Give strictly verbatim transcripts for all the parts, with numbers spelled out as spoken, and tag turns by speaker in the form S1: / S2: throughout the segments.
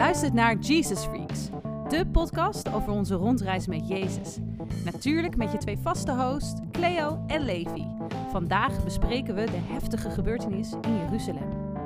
S1: luistert naar Jesus Freaks, de podcast over onze rondreis met Jezus. Natuurlijk met je twee vaste hosts, Cleo en Levi. Vandaag bespreken we de heftige gebeurtenis in Jeruzalem.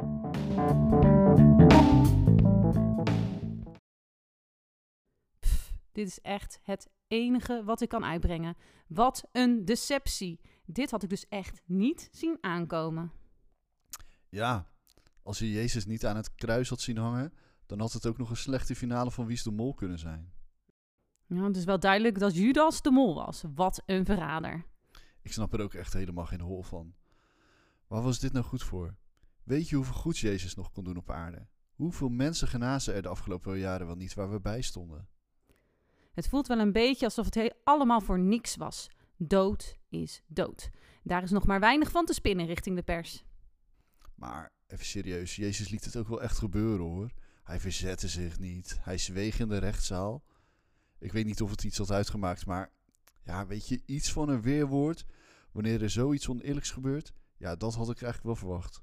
S1: Pff, dit is echt het enige wat ik kan uitbrengen. Wat een deceptie. Dit had ik dus echt niet zien aankomen.
S2: Ja, als je Jezus niet aan het kruis had zien hangen, dan had het ook nog een slechte finale van Wie is de Mol kunnen zijn.
S1: Ja, het is wel duidelijk dat Judas de mol was. Wat een verrader.
S2: Ik snap er ook echt helemaal geen hol van. Waar was dit nou goed voor? Weet je hoeveel goed Jezus nog kon doen op aarde? Hoeveel mensen genazen er de afgelopen jaren wel niet waar we bij stonden?
S1: Het voelt wel een beetje alsof het heel allemaal voor niks was. Dood is dood. Daar is nog maar weinig van te spinnen richting de pers.
S2: Maar even serieus, Jezus liet het ook wel echt gebeuren hoor. Hij verzette zich niet. Hij zweeg in de rechtszaal. Ik weet niet of het iets had uitgemaakt, maar ja, weet je, iets van een weerwoord wanneer er zoiets oneerlijks gebeurt, ja, dat had ik eigenlijk wel verwacht.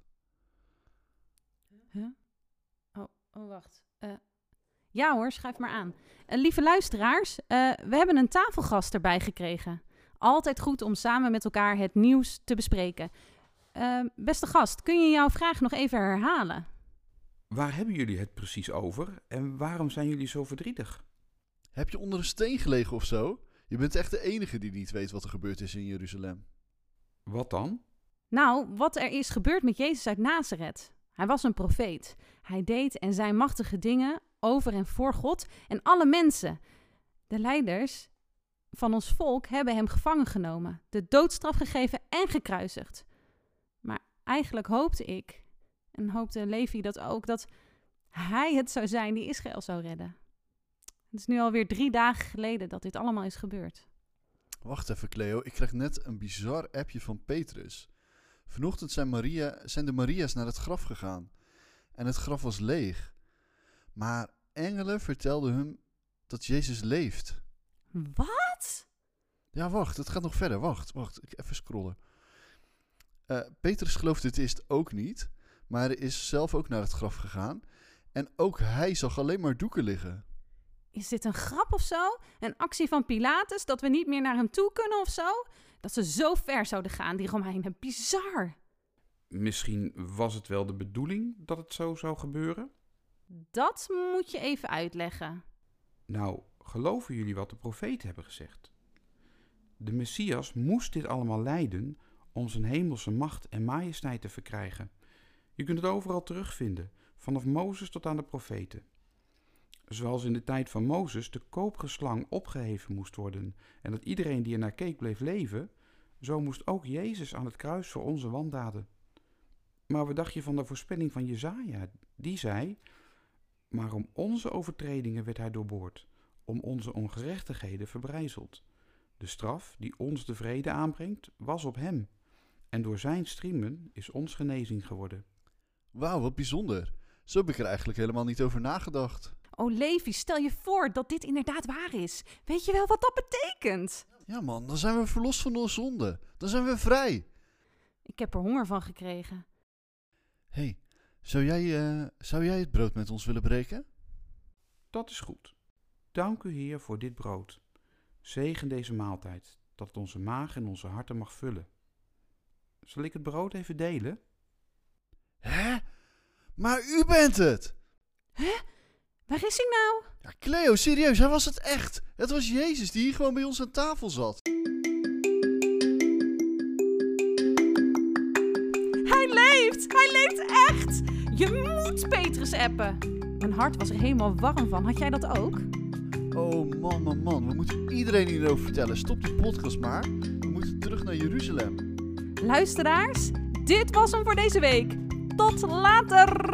S1: Huh? Oh, oh wacht. Uh, ja hoor, schuif maar aan. Uh, lieve luisteraars, uh, we hebben een tafelgast erbij gekregen. Altijd goed om samen met elkaar het nieuws te bespreken. Uh, beste gast, kun je jouw vraag nog even herhalen?
S3: Waar hebben jullie het precies over en waarom zijn jullie zo verdrietig?
S2: Heb je onder een steen gelegen of zo? Je bent echt de enige die niet weet wat er gebeurd is in Jeruzalem.
S3: Wat dan?
S1: Nou, wat er is gebeurd met Jezus uit Nazareth. Hij was een profeet. Hij deed en zei machtige dingen over en voor God en alle mensen. De leiders van ons volk hebben hem gevangen genomen, de doodstraf gegeven en gekruisigd. Maar eigenlijk hoopte ik, en hoopte Levi dat ook, dat hij het zou zijn die Israël zou redden. Het is nu alweer drie dagen geleden dat dit allemaal is gebeurd.
S2: Wacht even Cleo, ik krijg net een bizar appje van Petrus. Vanochtend zijn, Maria, zijn de Maria's naar het graf gegaan. En het graf was leeg. Maar engelen vertelden hem dat Jezus leeft.
S1: Wat?
S2: Ja, wacht, het gaat nog verder. Wacht, wacht, ik even scrollen. Uh, Petrus geloofde het eerst ook niet, maar hij is zelf ook naar het graf gegaan. En ook hij zag alleen maar doeken liggen.
S1: Is dit een grap of zo? Een actie van Pilatus dat we niet meer naar hem toe kunnen of zo? Dat ze zo ver zouden gaan, die Romeinen. Bizar.
S3: Misschien was het wel de bedoeling dat het zo zou gebeuren?
S1: Dat moet je even uitleggen.
S3: Nou, geloven jullie wat de profeten hebben gezegd? De Messias moest dit allemaal lijden om zijn hemelse macht en majesteit te verkrijgen. Je kunt het overal terugvinden, vanaf Mozes tot aan de profeten. Zoals in de tijd van Mozes de koperen slang opgeheven moest worden en dat iedereen die er naar keek bleef leven, zo moest ook Jezus aan het kruis voor onze wandaden. Maar wat dacht je van de voorspelling van Jesaja? Die zei, maar om onze overtredingen werd hij doorboord, om onze ongerechtigheden verbrijzeld. De straf die ons de vrede aanbrengt, was op hem. En door zijn striemen is ons genezing geworden.
S2: Wauw, wat bijzonder. Zo heb ik er eigenlijk helemaal niet over nagedacht.
S1: Oh Levi, stel je voor dat dit inderdaad waar is. Weet je wel wat dat betekent?
S2: Ja man, dan zijn we verlost van onze zonde. Dan zijn we vrij.
S1: Ik heb er honger van gekregen.
S2: Hé, hey, zou jij, uh, zou jij het brood met ons willen breken?
S3: Dat is goed. Dank u Heer voor dit brood. Zegen deze maaltijd, dat het onze maag en onze harten mag vullen. Zal ik het brood even delen?
S2: Hè? Maar u bent het!
S1: Hè? Waar is hij nou?
S2: Ja, Cleo, serieus, hij was het echt. Het was Jezus die hier gewoon bij ons aan tafel zat.
S1: Hij leeft! Hij leeft echt! Je moet Petrus appen. Mijn hart was er helemaal warm van. Had jij dat ook?
S2: Oh man, man, man. We moeten iedereen hierover vertellen. Stop die podcast maar. We moeten terug naar Jeruzalem.
S1: Luisteraars, dit was hem voor deze week. Tot later!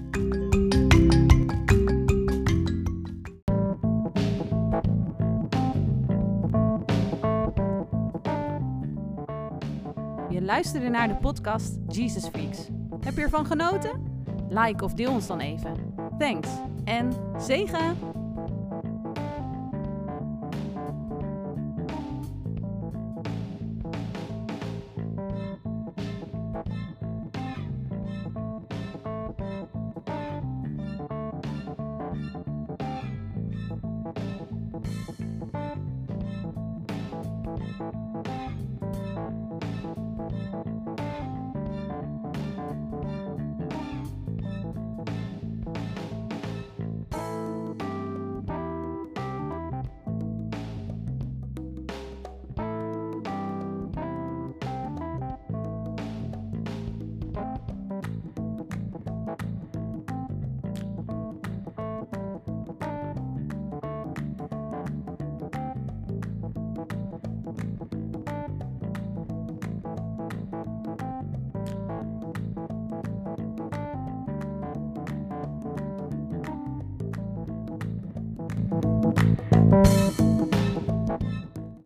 S1: Je luisterde naar de podcast Jesus Freaks. Heb je ervan genoten? Like of deel ons dan even. Thanks en zegen! Doei!